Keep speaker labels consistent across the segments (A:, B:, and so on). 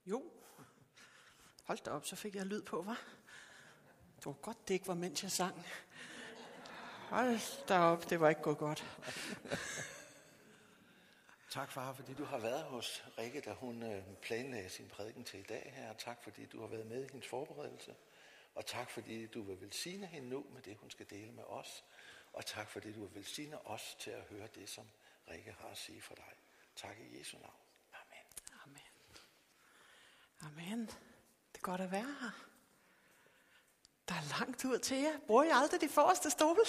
A: Jo. Hold da op, så fik jeg lyd på, hva'? Det var godt, det ikke var, mens jeg sang. Hold da op, det var ikke gået godt.
B: Tak, far, fordi du har været hos Rikke, da hun planlagde sin prædiken til i dag her. Tak, fordi du har været med i hendes forberedelse. Og tak, fordi du vil velsigne hende nu med det, hun skal dele med os. Og tak, fordi du vil velsigne os til at høre det, som Rikke har at sige for dig. Tak i Jesu navn. Amen.
A: Amen. Amen. Det er godt at være her. Der er langt ud til jer. Bruger I aldrig de forreste stole?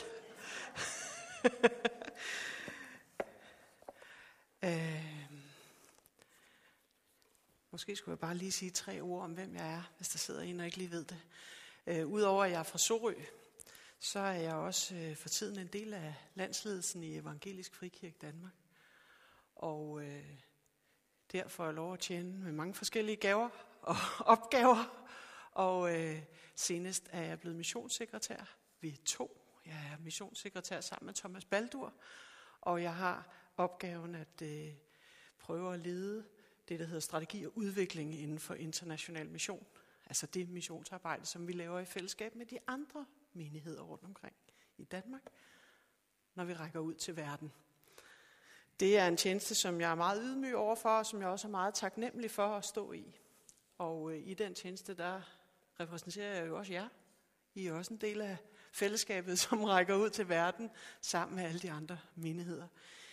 A: Måske skulle jeg bare lige sige 3 ord om, hvem jeg er, hvis der sidder en og ikke lige ved det. Udover at jeg er fra Sorø, så er jeg også for tiden en del af landsledelsen i Evangelisk Frikirke Danmark. Og der får jeg lov at tjene med mange forskellige gaver og opgaver. Og senest er jeg blevet missionssekretær. Vi er 2. Jeg er missionssekretær sammen med Thomas Baldur. Og jeg har opgaven at prøve at lede det, der hedder strategi og udvikling inden for international mission. Altså det missionsarbejde, som vi laver i fællesskab med de andre menigheder rundt omkring i Danmark, når vi rækker ud til verden. Det er en tjeneste, som jeg er meget ydmyg overfor, og som jeg også er meget taknemmelig for at stå i. Og i den tjeneste, der repræsenterer jeg jo også jer. I er også en del af fællesskabet, som rækker ud til verden, sammen med alle de andre menigheder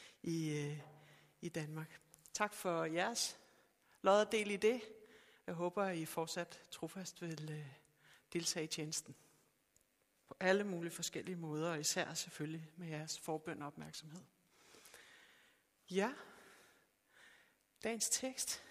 A: i Danmark. Tak for jeres lod og del i det. Jeg håber, I fortsat trofast vil deltage i tjenesten. På alle mulige forskellige måder, og især selvfølgelig med jeres forbøn og opmærksomhed. Ja, dagens tekst.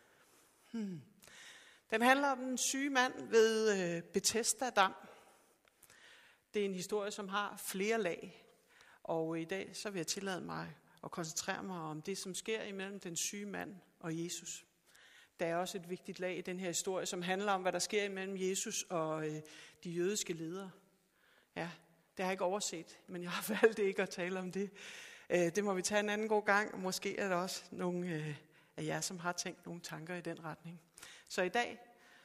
A: Den handler om den syge mand ved Betesda-dam. Det er en historie, som har flere lag. Og i dag så vil jeg tillade mig at koncentrere mig om det, som sker imellem den syge mand og Jesus. Der er også et vigtigt lag i den her historie, som handler om, hvad der sker imellem Jesus og de jødiske ledere. Ja, det har jeg ikke overset, men jeg har valgt ikke at tale om det. Det må vi tage en anden god gang. Måske er der også nogle af jer, som har tænkt nogle tanker i den retning. Så i dag,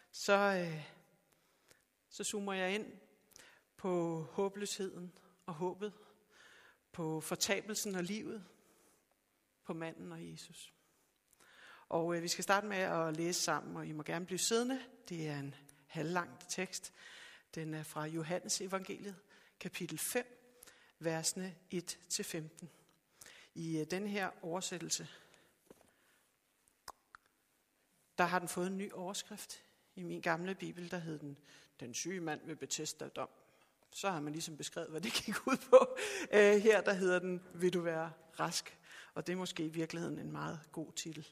A: så zoomer jeg ind på håbløsheden og håbet, på fortabelsen og livet, på manden og Jesus. Og vi skal starte med at læse sammen, og I må gerne blive siddende. Det er en halvlang tekst. Den er fra Johannes evangeliet, kapitel 5, versene 1-15. I den her oversættelse, der har den fået en ny overskrift. I min gamle bibel, der hed den syge mand ved Betesda-dam. Så har man ligesom beskrevet, hvad det gik ud på. Her der hedder den, vil du være rask? Og det er måske i virkeligheden en meget god titel.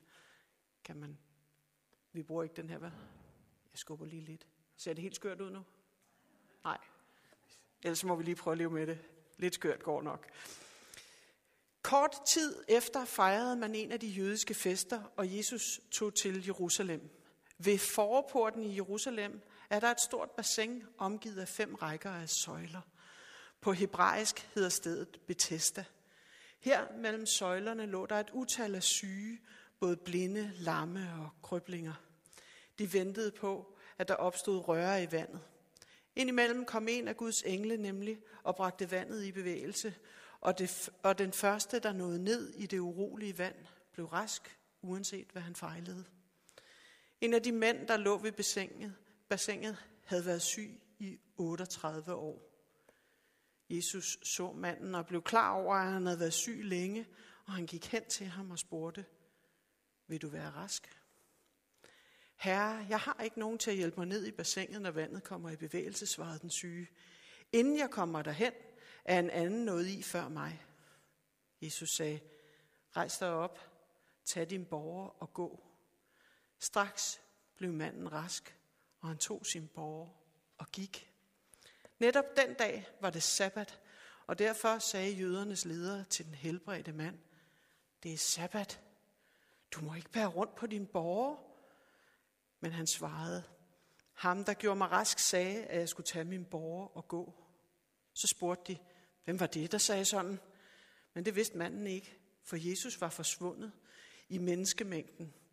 A: Vi bruger ikke den her, hvad? Jeg skubber lige lidt. Ser det helt skørt ud nu? Nej. Ellers må vi lige prøve at leve med det. Lidt skørt går nok. Kort tid efter fejrede man en af de jødiske fester, og Jesus tog til Jerusalem. Ved forporten i Jerusalem er der et stort bassin omgivet af 5 rækker af søjler. På hebraisk hedder stedet Betesda. Her mellem søjlerne lå der et utal af syge, både blinde, lamme og krøblinger. De ventede på, at der opstod røre i vandet. Indimellem kom en af Guds engle nemlig og bragte vandet i bevægelse, og den første, der nåede ned i det urolige vand, blev rask, uanset hvad han fejlede. En af de mænd, der lå ved bassinet, havde været syg i 38 år. Jesus så manden og blev klar over, at han havde været syg længe, og han gik hen til ham og spurgte, vil du være rask? Herre, jeg har ikke nogen til at hjælpe mig ned i bassinet, når vandet kommer i bevægelse, svarede den syge. Inden jeg kommer derhen, er en anden nået i før mig. Jesus sagde, rejs dig op, tag din borger og gå. Straks blev manden rask, og han tog sin borger og gik. Netop den dag var det sabbat, og derfor sagde jødernes ledere til den helbredte mand, det er sabbat. Du må ikke bære rundt på din borger. Men han svarede, ham der gjorde mig rask sagde, at jeg skulle tage min borger og gå. Så spurgte de, hvem var det, der sagde sådan? Men det vidste manden ikke, for Jesus var forsvundet i menneskemængden.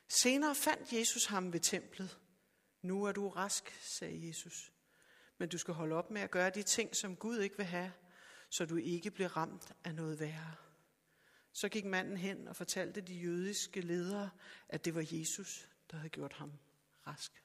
A: Senere fandt Jesus ham ved templet. Nu er du rask, sagde Jesus. Men du skal holde op med at gøre de ting, som Gud ikke vil have, så du ikke bliver ramt af noget værre. Så gik manden hen og fortalte de jødiske ledere, at det var Jesus, der havde gjort ham rask.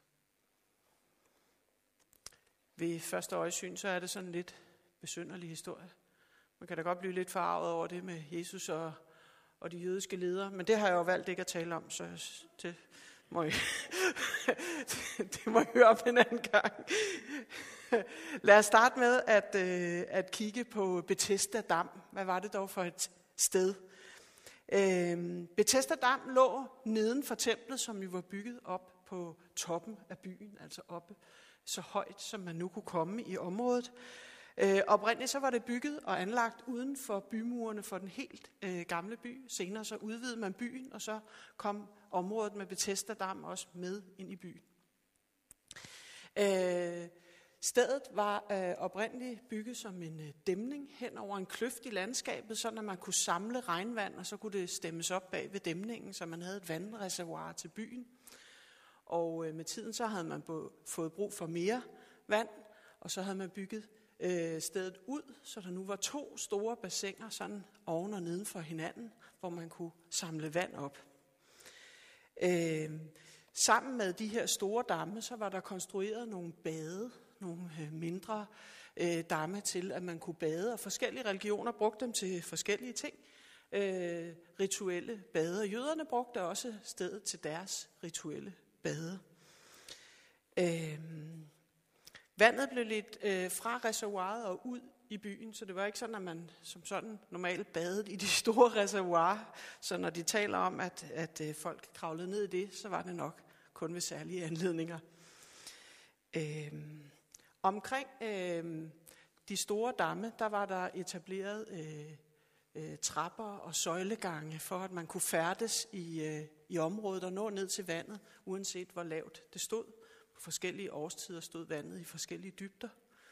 A: Ved første øjesyn, så er det sådan en lidt besynderlig historie. Man kan da godt blive lidt forarvet over det med Jesus og de jødiske ledere, men det har jeg jo valgt ikke at tale om, så det må I, det må I høre op en anden gang. Lad os starte med at kigge på Betesda Dam. Hvad var det dog for et sted? Betesda Dam lå neden for templet, som jo var bygget op på toppen af byen, altså oppe så højt, som man nu kunne komme i området. Oprindeligt så var det bygget og anlagt uden for bymurene for den helt gamle by. Senere så udvidede man byen, og så kom området med Betesda Dam også med ind i byen. Stedet var oprindeligt bygget som en dæmning hen over en kløft i landskabet, så at man kunne samle regnvand, og så kunne det stemmes op bag ved dæmningen, så man havde et vandreservoir til byen. Og med tiden så havde man fået brug for mere vand, og så havde man bygget stedet ud, så der nu var 2 store bassiner sådan oven og neden for hinanden, hvor man kunne samle vand op. Sammen med de her store damme, så var der konstrueret nogle bade, nogle mindre damme til, at man kunne bade, og forskellige religioner brugte dem til forskellige ting. Rituelle bade. Jøderne brugte også stedet til deres rituelle bade. Vandet blev lidt fra reservoiret og ud i byen, så det var ikke sådan, at man som sådan normalt badede i de store reservoirer. Så når de taler om, at folk kravlede ned i det, så var det nok kun ved særlige anledninger. Omkring de store damme, der var der etableret trapper og søjlegange, for at man kunne færdes i området og nå ned til vandet, uanset hvor lavt det stod. På forskellige årstider stod vandet i forskellige dybder.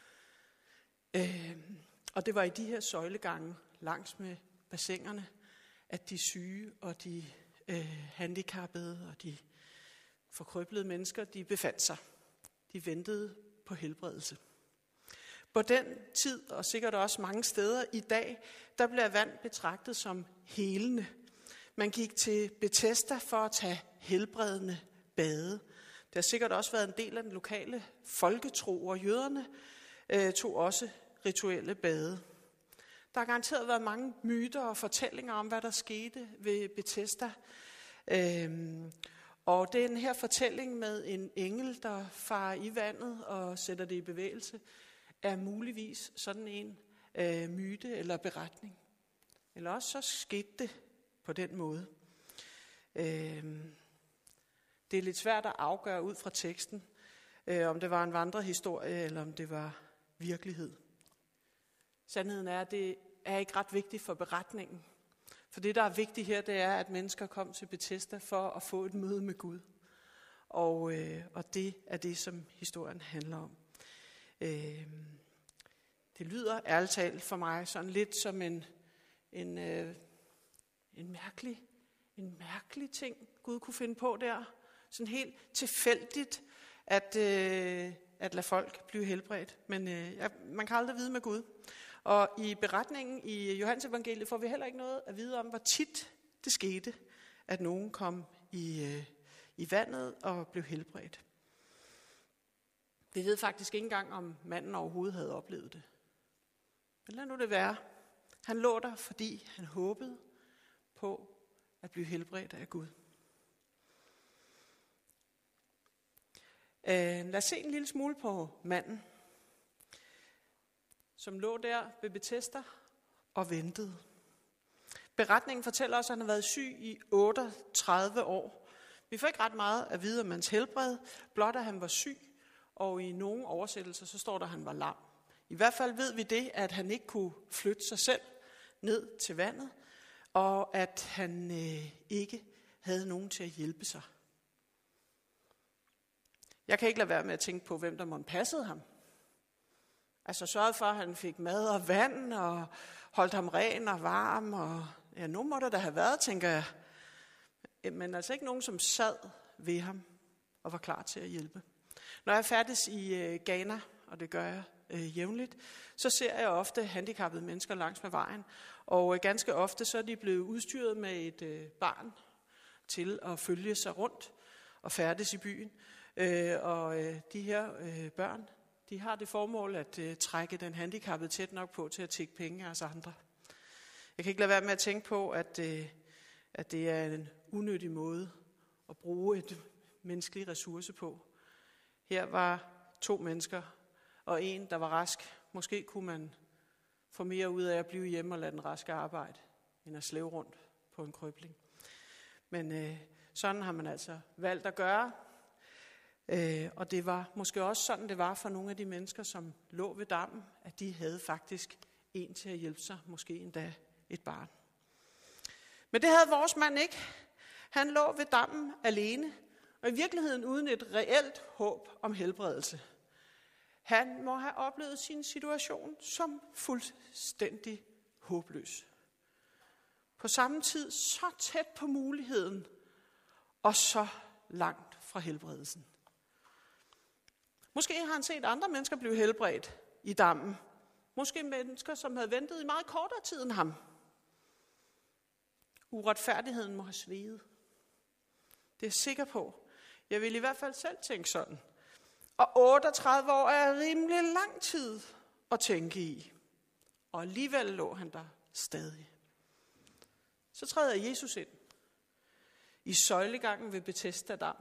A: Og det var i de her søjlegange langs med bassinerne, at de syge og de handicappede og de forkrøblede mennesker, de befandt sig. De ventede på helbredelse. På den tid, og sikkert også mange steder i dag, der bliver vand betragtet som helende. Man gik til Betesda for at tage helbredende bade. Det har sikkert også været en del af den lokale folketro, og jøderne tog også rituelle bade. Der har garanteret været mange myter og fortællinger om, hvad der skete ved Betesda. Og den her fortælling med en engel, der farer i vandet og sætter det i bevægelse, er muligvis sådan en myte eller beretning. Eller også så skete det på den måde. Det er lidt svært at afgøre ud fra teksten, om det var en vandrehistorie, eller om det var virkelighed. Sandheden er, at det er ikke ret vigtigt for beretningen. For det, der er vigtigt her, det er, at mennesker kom til Betesda for at få et møde med Gud. Og det er det, som historien handler om. Det lyder ærligt talt for mig sådan lidt som en mærkelig ting, Gud kunne finde på der. Sådan helt tilfældigt at lade folk blive helbredt. Men man kan aldrig vide med Gud. Og i beretningen i Johannes evangeliet får vi heller ikke noget at vide om, hvor tit det skete, at nogen kom i vandet og blev helbredt. Vi ved faktisk ikke engang, om manden overhovedet havde oplevet det. Men lad nu det være. Han lå der, fordi han håbede på at blive helbredt af Gud. Lad os se en lille smule på manden, som lå der ved Betesda og ventede. Beretningen fortæller os, at han har været syg i 38 år. Vi får ikke ret meget at vide om hans helbred, blot at han var syg, og i nogle oversættelser så står der, at han var lam. I hvert fald ved vi det, at han ikke kunne flytte sig selv ned til vandet, og at han ikke havde nogen til at hjælpe sig. Jeg kan ikke lade være med at tænke på, hvem der måtte passede ham. Altså sørgede for, at han fik mad og vand, og holdt ham ren og varm. Og ja, nu må der da have været, tænker jeg. men altså ikke nogen, som sad ved ham og var klar til at hjælpe. Når jeg færdes i Ghana, og det gør jeg jævnligt, så ser jeg ofte handicappede mennesker langs med vejen. Og ganske ofte så er de blevet udstyret med et barn til at følge sig rundt og færdes i byen. Og de her børn, de har det formål at trække den handicappede tæt nok på til at tikke penge af os andre. Jeg kan ikke lade være med at tænke på, at det er en unødig måde at bruge et menneskelig ressource på. Her var 2 mennesker, og en, der var rask. Måske kunne man få mere ud af at blive hjemme og lade den raske arbejde, end at slæve rundt på en krøbling. Men sådan har man altså valgt at gøre. Og det var måske også sådan, det var for nogle af de mennesker, som lå ved dammen, at de havde faktisk en til at hjælpe sig, måske endda et barn. Men det havde vores mand ikke. Han lå ved dammen alene, og i virkeligheden uden et reelt håb om helbredelse. Han må have oplevet sin situation som fuldstændig håbløs. På samme tid så tæt på muligheden, og så langt fra helbredelsen. Måske har han set andre mennesker blive helbredt i dammen. Måske mennesker, som havde ventet i meget kortere tid end ham. Uretfærdigheden må have sveget. Det er jeg sikker på. Jeg vil i hvert fald selv tænke sådan. Og 38 år er rimelig lang tid at tænke i. Og alligevel lå han der stadig. Så træder Jesus ind i søjlegangen ved Betesda Dam.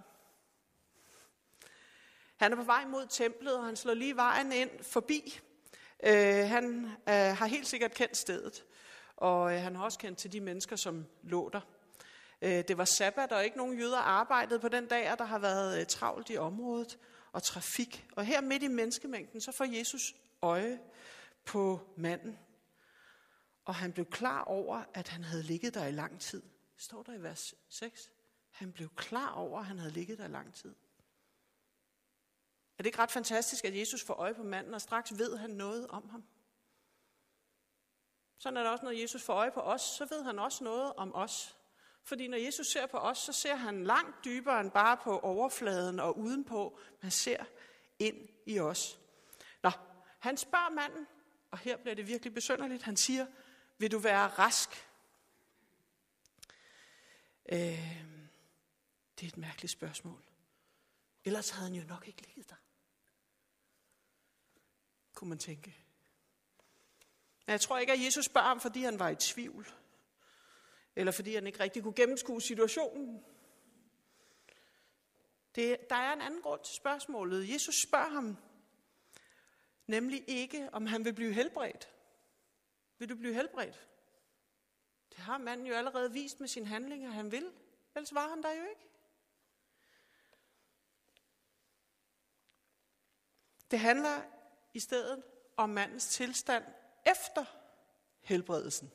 A: Han er på vej mod templet, og han slår lige vejen ind forbi. Han har helt sikkert kendt stedet, og han har også kendt til de mennesker, som lå der. Det var sabbat, og ikke nogen jøder arbejdede på den dag, og der har været travlt i området og trafik. Og her midt i menneskemængden, så får Jesus øje på manden. Og han blev klar over, at han havde ligget der i lang tid. Står der i vers 6. Han blev klar over, at han havde ligget der i lang tid. Er det ikke ret fantastisk, at Jesus får øje på manden, og straks ved han noget om ham? Sådan er det også, når Jesus får øje på os, så ved han også noget om os. Fordi når Jesus ser på os, så ser han langt dybere end bare på overfladen og udenpå. Man ser ind i os. Nå, han spørger manden, og her bliver det virkelig besynderligt. Han siger, vil du være rask? Det er et mærkeligt spørgsmål. Ellers havde han jo nok ikke ligget der. Kunne man tænke. Men jeg tror ikke, at Jesus spørger ham, fordi han var i tvivl. Eller fordi han ikke rigtig kunne gennemskue situationen. Der er en anden grund til spørgsmålet. Jesus spørger ham nemlig ikke, om han vil blive helbredt. Vil du blive helbredt? Det har manden jo allerede vist med sine handlinger, han vil. Ellers var han der jo ikke. Det handler i stedet om mandens tilstand efter helbredelsen.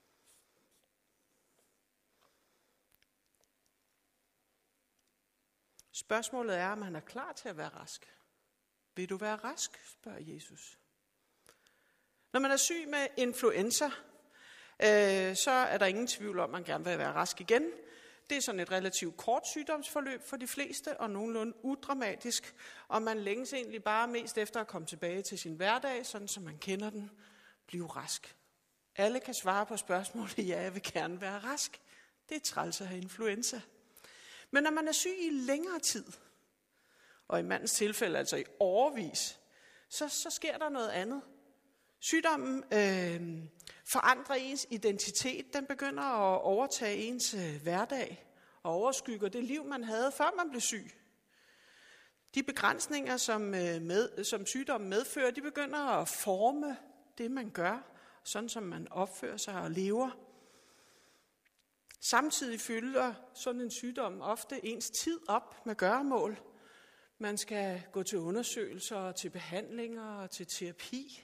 A: Spørgsmålet er, om han er klar til at være rask. Vil du være rask, spørger Jesus. Når man er syg med influenza, så er der ingen tvivl om, at man gerne vil være rask igen. Det er sådan et relativt kort sygdomsforløb for de fleste, og nogenlunde udramatisk. Og man længes egentlig bare mest efter at komme tilbage til sin hverdag, sådan som man kender den, blive rask. Alle kan svare på spørgsmålet, ja, jeg vil gerne være rask. Det er træls at have influenza. Men når man er syg i længere tid, og i mandens tilfælde altså i årevis, så sker der noget andet. Sygdommen forandrer ens identitet, den begynder at overtage ens hverdag og overskygger det liv, man havde, før man blev syg. De begrænsninger, som sygdommen medfører, de begynder at forme det, man gør, sådan som man opfører sig og lever. Samtidig fylder sådan en sygdom ofte ens tid op med gøremål. Man skal gå til undersøgelser, til behandlinger og til terapi.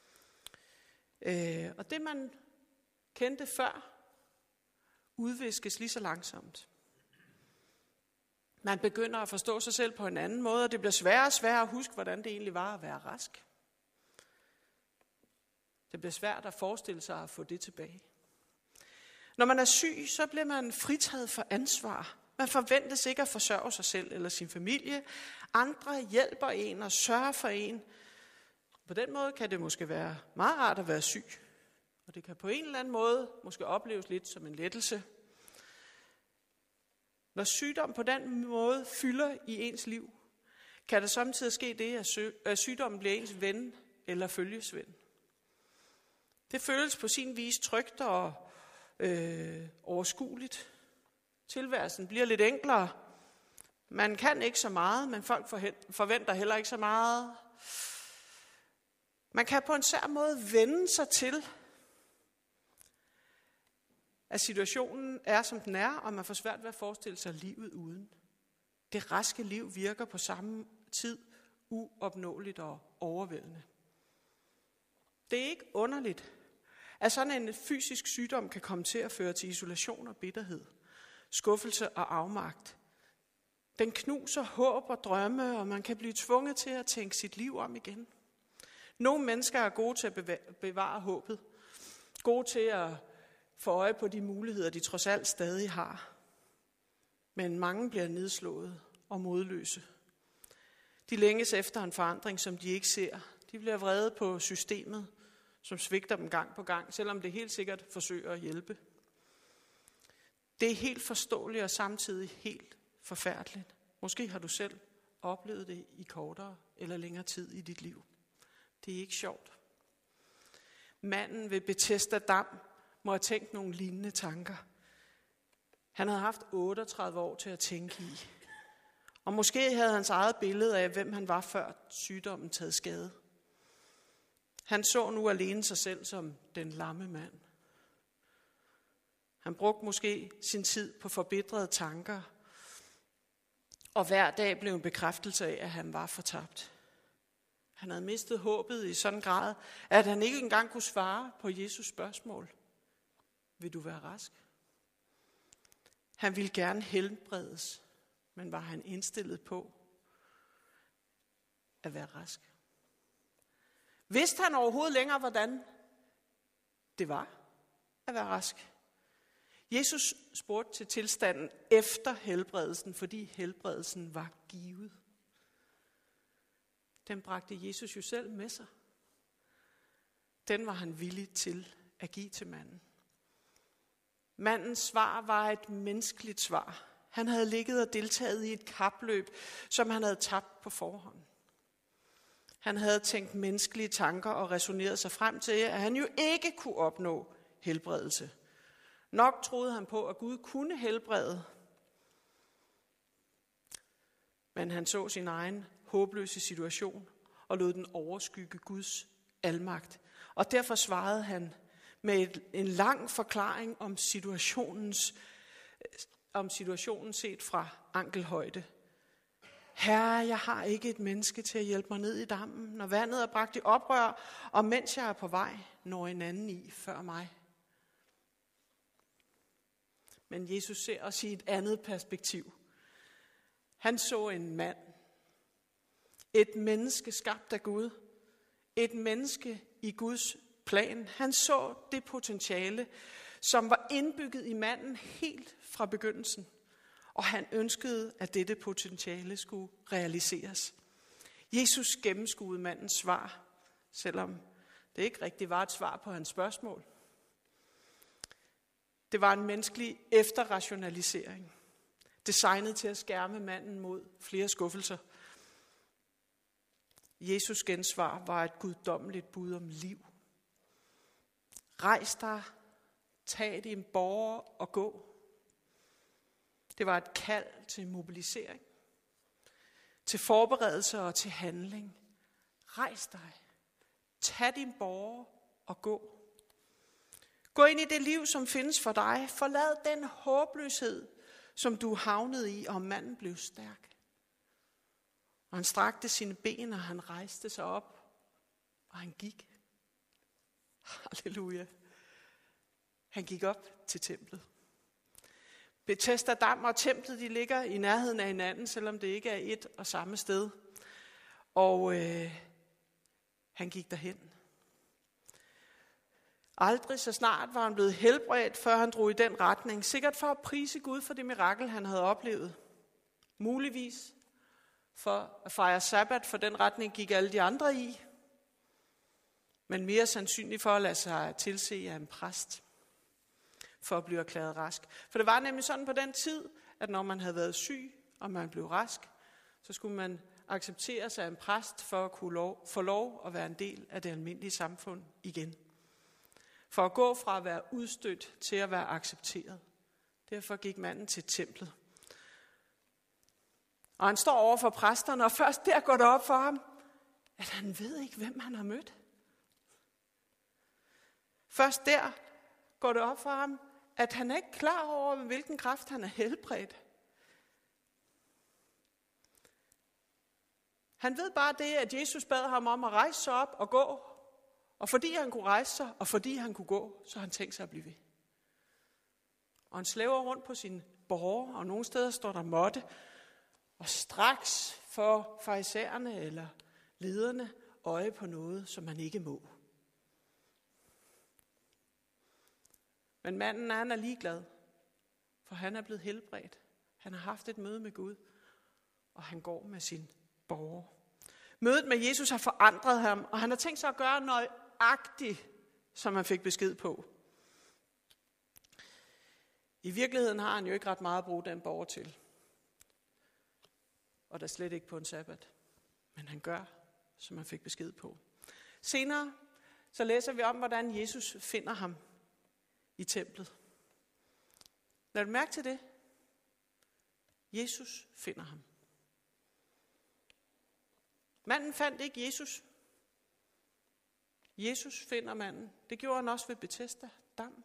A: Og det, man kendte før, udviskes lige så langsomt. Man begynder at forstå sig selv på en anden måde, og det bliver sværere og sværere at huske, hvordan det egentlig var at være rask. Det bliver svært at forestille sig at få det tilbage. Når man er syg, så bliver man fritaget for ansvar. Man forventes ikke at forsørge sig selv eller sin familie. Andre hjælper en og sørger for en. På den måde kan det måske være meget rart at være syg. Og det kan på en eller anden måde måske opleves lidt som en lettelse. Når sygdom på den måde fylder i ens liv, kan der samtidig ske det, at sygdommen bliver ens ven eller følgesven. Det føles på sin vis trygt og overskueligt. Tilværelsen bliver lidt enklere. Man kan ikke så meget, men folk forventer heller ikke så meget. Man kan på en sær måde vende sig til, at situationen er, som den er, og man får svært ved at forestille sig livet uden. Det raske liv virker på samme tid uopnåeligt og overvældende. Det er ikke underligt, at sådan en fysisk sygdom kan komme til at føre til isolation og bitterhed, skuffelse og afmagt. Den knuser håb og drømme, og man kan blive tvunget til at tænke sit liv om igen. Nogle mennesker er gode til at bevare håbet, gode til at få øje på de muligheder, de trods alt stadig har. Men mange bliver nedslået og modløse. De længes efter en forandring, som de ikke ser. De bliver vrede på systemet, som svigter dem gang på gang, selvom det helt sikkert forsøger at hjælpe. Det er helt forståeligt og samtidig helt forfærdeligt. Måske har du selv oplevet det i kortere eller længere tid i dit liv. Det er ikke sjovt. Manden ved Bethesda Dam må have tænkt nogle lignende tanker. Han havde haft 38 år til at tænke i. Og måske havde hans eget billede af, hvem han var før sygdommen taget skade. Han så nu alene sig selv som den lamme mand. Han brugte måske sin tid på forbitrede tanker, og hver dag blev en bekræftelse af, at han var fortabt. Han havde mistet håbet i sådan en grad, at han ikke engang kunne svare på Jesus spørgsmål. Vil du være rask? Han ville gerne helbredes, men var han indstillet på at være rask? Vidste han overhovedet længere, hvordan det var at være rask? Jesus spurgte til tilstanden efter helbredelsen, fordi helbredelsen var givet. Den bragte Jesus jo selv med sig. Den var han villig til at give til manden. Mandens svar var et menneskeligt svar. Han havde ligget og deltaget i et kapløb, som han havde tabt på forhånd. Han havde tænkt menneskelige tanker og ræsonneret sig frem til, at han jo ikke kunne opnå helbredelse. Nok troede han på, at Gud kunne helbrede. Men han så sin egen håbløse situation og lod den overskygge Guds almagt. Og derfor svarede han med en lang forklaring om situationen set fra ankelhøjde. Herre, jeg har ikke et menneske til at hjælpe mig ned i dammen, når vandet er bragt i oprør, og mens jeg er på vej, når en anden i før mig. Men Jesus ser os i et andet perspektiv. Han så en mand, et menneske skabt af Gud, et menneske i Guds plan. Han så det potentiale, som var indbygget i manden helt fra begyndelsen. Og han ønskede, at dette potentiale skulle realiseres. Jesus gennemskuede mandens svar, selvom det ikke rigtig var et svar på hans spørgsmål. Det var en menneskelig efterrationalisering, designet til at skærme manden mod flere skuffelser. Jesus gensvar var et guddommeligt bud om liv. Rejs dig, tag din båre og gå. Det var et kald til mobilisering, til forberedelse og til handling. Rejs dig, tag din båre og gå. Gå ind i det liv, som findes for dig. Forlad den håbløshed, som du havnede i, og manden blev stærk. Og han strakte sine ben, og han rejste sig op, og han gik. Halleluja. Han gik op til templet. Bethesda Dam og templet, de ligger i nærheden af hinanden, selvom det ikke er et og samme sted. Og han gik derhen. Aldrig så snart var han blevet helbredt, før han drog i den retning. Sikkert for at prise Gud for det mirakel, han havde oplevet. Muligvis for at fejre sabbat, for den retning gik alle de andre i. Men mere sandsynligt for at lade sig tilse af en præst, for at blive erklæret rask. For det var nemlig sådan på den tid, at når man havde været syg, og man blev rask, så skulle man accepteres af en præst for at kunne få lov at være en del af det almindelige samfund igen. For at gå fra at være udstødt til at være accepteret. Derfor gik manden til templet. Og han står over for præsterne, og først der går det op for ham, at han ved ikke, hvem han har mødt. Først der går det op for ham, at han er ikke klar over, med hvilken kraft han er helbredt. Han ved bare det, at Jesus bad ham om at rejse sig op og gå. Og fordi han kunne rejse sig, og fordi han kunne gå, så har han tænkt sig at blive ved. Og han slæver rundt på sin borger, og nogle steder står der måtte. Og straks får farisæerne eller lederne øje på noget, som man ikke må. Men manden han er ligeglad, for han er blevet helbredt. Han har haft et møde med Gud, og han går med sin borger. Mødet med Jesus har forandret ham, og han har tænkt sig at gøre nøjagtigt, som han fik besked på. I virkeligheden har han jo ikke ret meget at bruge den borger til. Og der slet ikke på en sabbat. Men han gør, som han fik besked på. Senere så læser vi om, hvordan Jesus finder ham i templet. Lad du mærke til det? Jesus finder ham. Manden fandt ikke Jesus. Jesus finder manden. Det gjorde han også ved Bethesda Dam.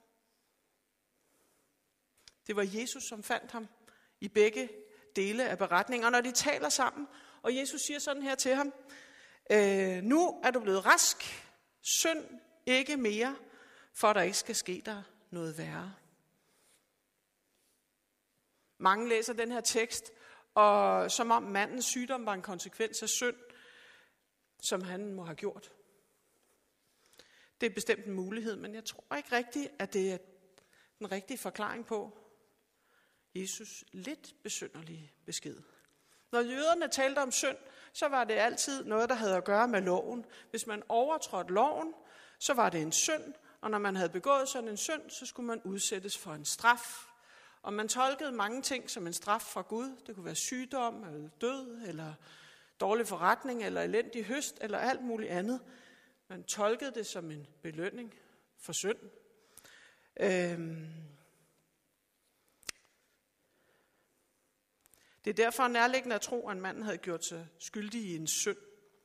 A: Det var Jesus, som fandt ham i begge dele af beretningen. Og når de taler sammen, og Jesus siger sådan her til ham, nu er du blevet rask, synd ikke mere, for der ikke skal ske dig noget værre. Mange læser den her tekst, og som om mandens sygdom var en konsekvens af synd, som han må have gjort. Det er bestemt en mulighed, men jeg tror ikke rigtigt, at det er den rigtige forklaring på Jesus' lidt besynderlige besked. Når jøderne talte om synd, så var det altid noget, der havde at gøre med loven. Hvis man overtrådte loven, så var det en synd, og når man havde begået sådan en synd, så skulle man udsættes for en straf. Og man tolkede mange ting som en straf fra Gud. Det kunne være sygdom, eller død, eller dårlig forretning, eller elendig høst, eller alt muligt andet. Man tolkede det som en belønning for synd. Det er derfor nærliggende at tro, at manden havde gjort sig skyldig i en synd,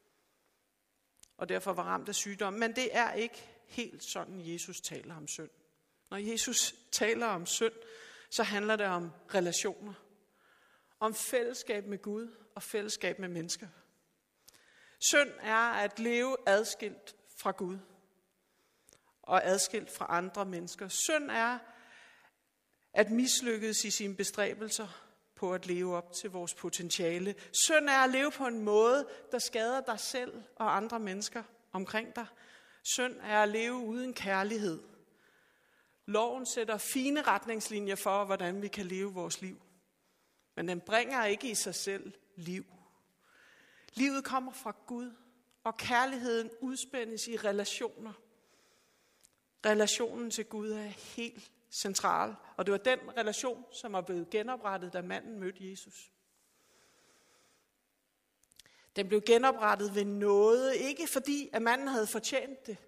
A: og derfor var ramt af sygdom. Men det er ikke helt sådan, Jesus taler om synd. Når Jesus taler om synd, så handler det om relationer. Om fællesskab med Gud og fællesskab med mennesker. Synd er at leve adskilt fra Gud og adskilt fra andre mennesker. Synd er at mislykkes i sine bestræbelser på at leve op til vores potentiale. Synd er at leve på en måde, der skader dig selv og andre mennesker omkring dig. Synd er at leve uden kærlighed. Loven sætter fine retningslinjer for, hvordan vi kan leve vores liv. Men den bringer ikke i sig selv liv. Livet kommer fra Gud, og kærligheden udspændes i relationer. Relationen til Gud er helt central, og det var den relation, som var blevet genoprettet, da manden mødte Jesus. Den blev genoprettet ved nåde, ikke fordi, at manden havde fortjent det.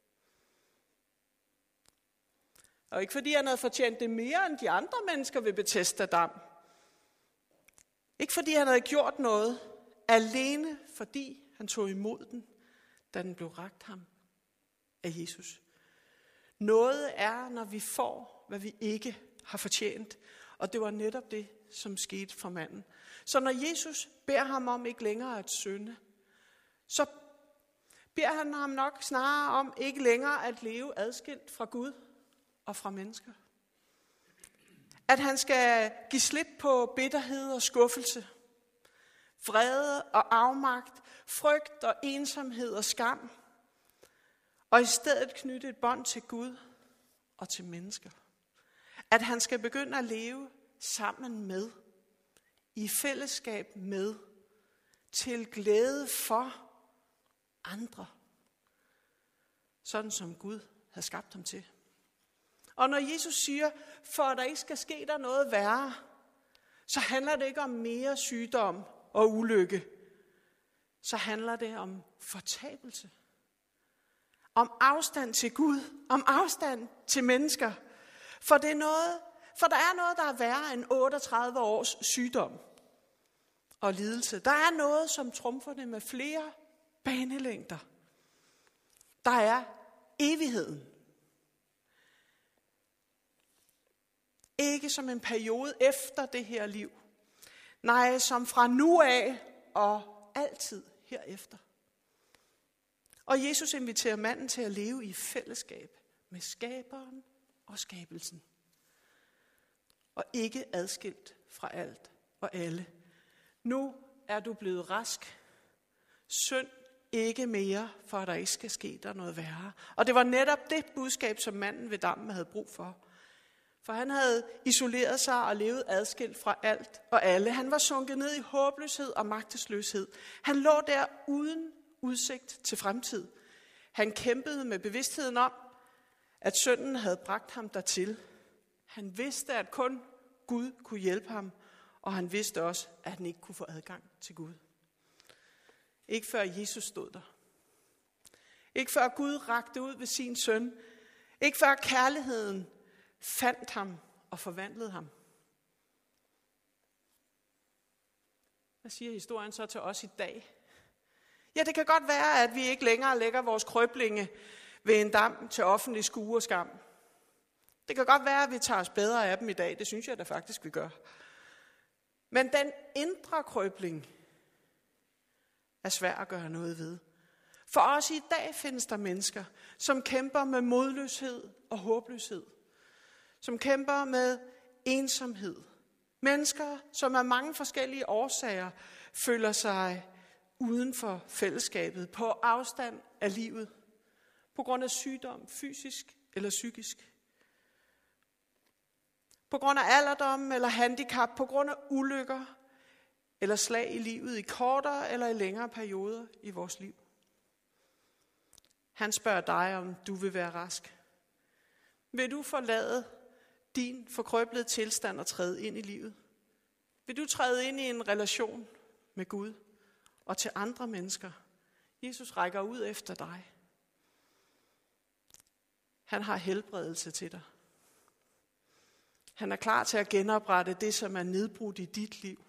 A: Og ikke fordi han havde fortjent det mere end de andre mennesker ved Bethesda Dam. Ikke fordi han havde gjort noget, alene fordi han tog imod den, da den blev rakt ham af Jesus. Noget er, når vi får, hvad vi ikke har fortjent. Og det var netop det, som skete for manden. Så når Jesus beder ham om ikke længere at synde, så beder han ham nok snarere om ikke længere at leve adskilt fra Gud og fra mennesker. At han skal give slip på bitterhed og skuffelse, vrede og afmagt, frygt og ensomhed og skam. og i stedet knytte et bånd til Gud og til mennesker. At han skal begynde at leve sammen med, i fællesskab med, til glæde for andre. Sådan som Gud havde skabt ham til. Og når Jesus siger, for at der ikke skal ske der noget værre, så handler det ikke om mere sygdom og ulykke. Så handler det om fortabelse. Om afstand til Gud. Om afstand til mennesker. For der er noget, der er værre end 38 års sygdom og lidelse. Der er noget, som trumfer det med flere banelængder. Der er evigheden. Ikke som en periode efter det her liv. Nej, som fra nu af og altid herefter. Og Jesus inviterer manden til at leve i fællesskab med skaberen og skabelsen. Og ikke adskilt fra alt og alle. Nu er du blevet rask. Synd ikke mere, for at der ikke skal ske der noget værre. Og det var netop det budskab, som manden ved dammen havde brug for. For han havde isoleret sig og levet adskilt fra alt og alle. Han var sunket ned i håbløshed og magtesløshed. Han lå der uden udsigt til fremtid. Han kæmpede med bevidstheden om, at synden havde bragt ham dertil. Han vidste, at kun Gud kunne hjælpe ham, og han vidste også, at han ikke kunne få adgang til Gud. Ikke før Jesus stod der. Ikke før Gud rakte ud ved sin søn. Ikke før kærligheden fandt ham og forvandlede ham. Hvad siger historien så til os i dag? Ja, det kan godt være, at vi ikke længere lægger vores krøblinge ved en dam til offentlig skue og skam. Det kan godt være, at vi tager os bedre af dem i dag. Det synes jeg da faktisk, vi gør. Men den indre krøbling er svær at gøre noget ved. For os i dag findes der mennesker, som kæmper med modløshed og håbløshed. Som kæmper med ensomhed. Mennesker, som af mange forskellige årsager føler sig uden for fællesskabet, på afstand af livet, på grund af sygdom, fysisk eller psykisk. På grund af alderdom eller handicap, på grund af ulykker eller slag i livet i kortere eller i længere perioder i vores liv. Han spørger dig, om du vil være rask. Vil du forlade din forkrøblede tilstand og træde ind i livet? Vil du træde ind i en relation med Gud og til andre mennesker? Jesus rækker ud efter dig. Han har helbredelse til dig. Han er klar til at genoprette det, som er nedbrudt i dit liv.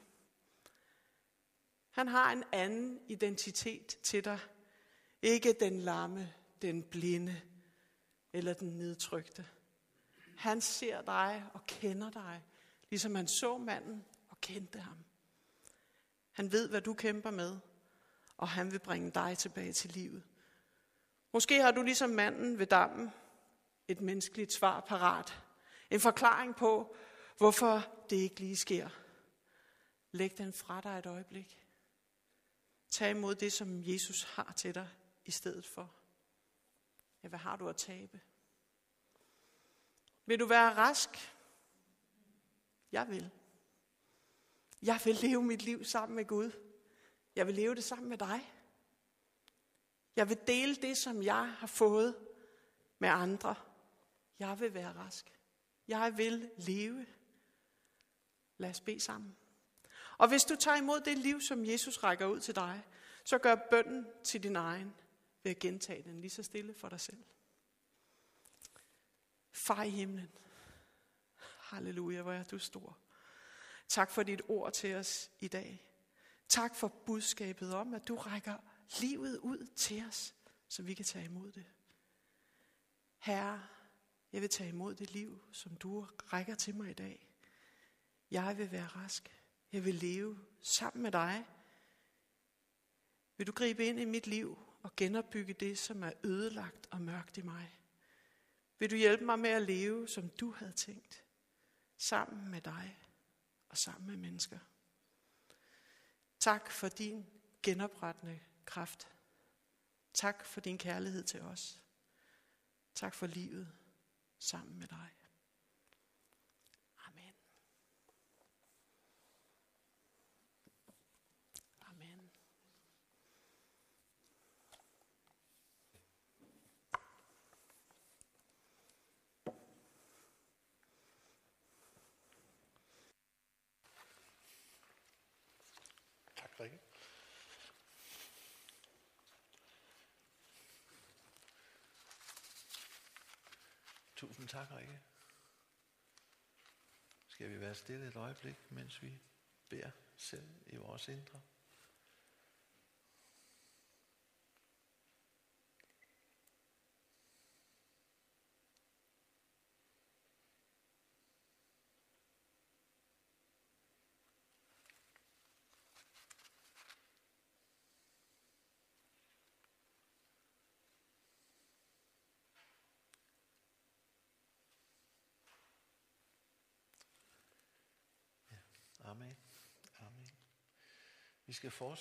A: Han har en anden identitet til dig. Ikke den lamme, den blinde eller den nedtrykte. Han ser dig og kender dig, ligesom han så manden og kendte ham. Han ved, hvad du kæmper med, og han vil bringe dig tilbage til livet. Måske har du ligesom manden ved dammen et menneskeligt svar parat. En forklaring på, hvorfor det ikke lige sker. Læg den fra dig et øjeblik. Tag imod det, som Jesus har til dig i stedet for. Ja, hvad har du at tabe? Vil du være rask? Jeg vil. Jeg vil leve mit liv sammen med Gud. Jeg vil leve det sammen med dig. Jeg vil dele det, som jeg har fået med andre. Jeg vil være rask. Jeg vil leve. Lad os bede sammen. Og hvis du tager imod det liv, som Jesus rækker ud til dig, så gør bønnen til din egen ved at gentage den lige så stille for dig selv. Far i himlen. Halleluja, hvor er du stor. Tak for dit ord til os i dag. Tak for budskabet om, at du rækker livet ud til os, så vi kan tage imod det. Herre, jeg vil tage imod det liv, som du rækker til mig i dag. Jeg vil være rask. Jeg vil leve sammen med dig. Vil du gribe ind i mit liv og genopbygge det, som er ødelagt og mørkt i mig? Vil du hjælpe mig med at leve, som du havde tænkt, sammen med dig og sammen med mennesker? Tak for din genoprettende kraft. Tak for din kærlighed til os. Tak for livet sammen med dig. Amen. Amen.
B: Tak, Rikke. Tusind tak, Rikke. Skal vi være stille et øjeblik, mens vi beder selv i vores indre? Amen. Amen. Vi skal fortsætte.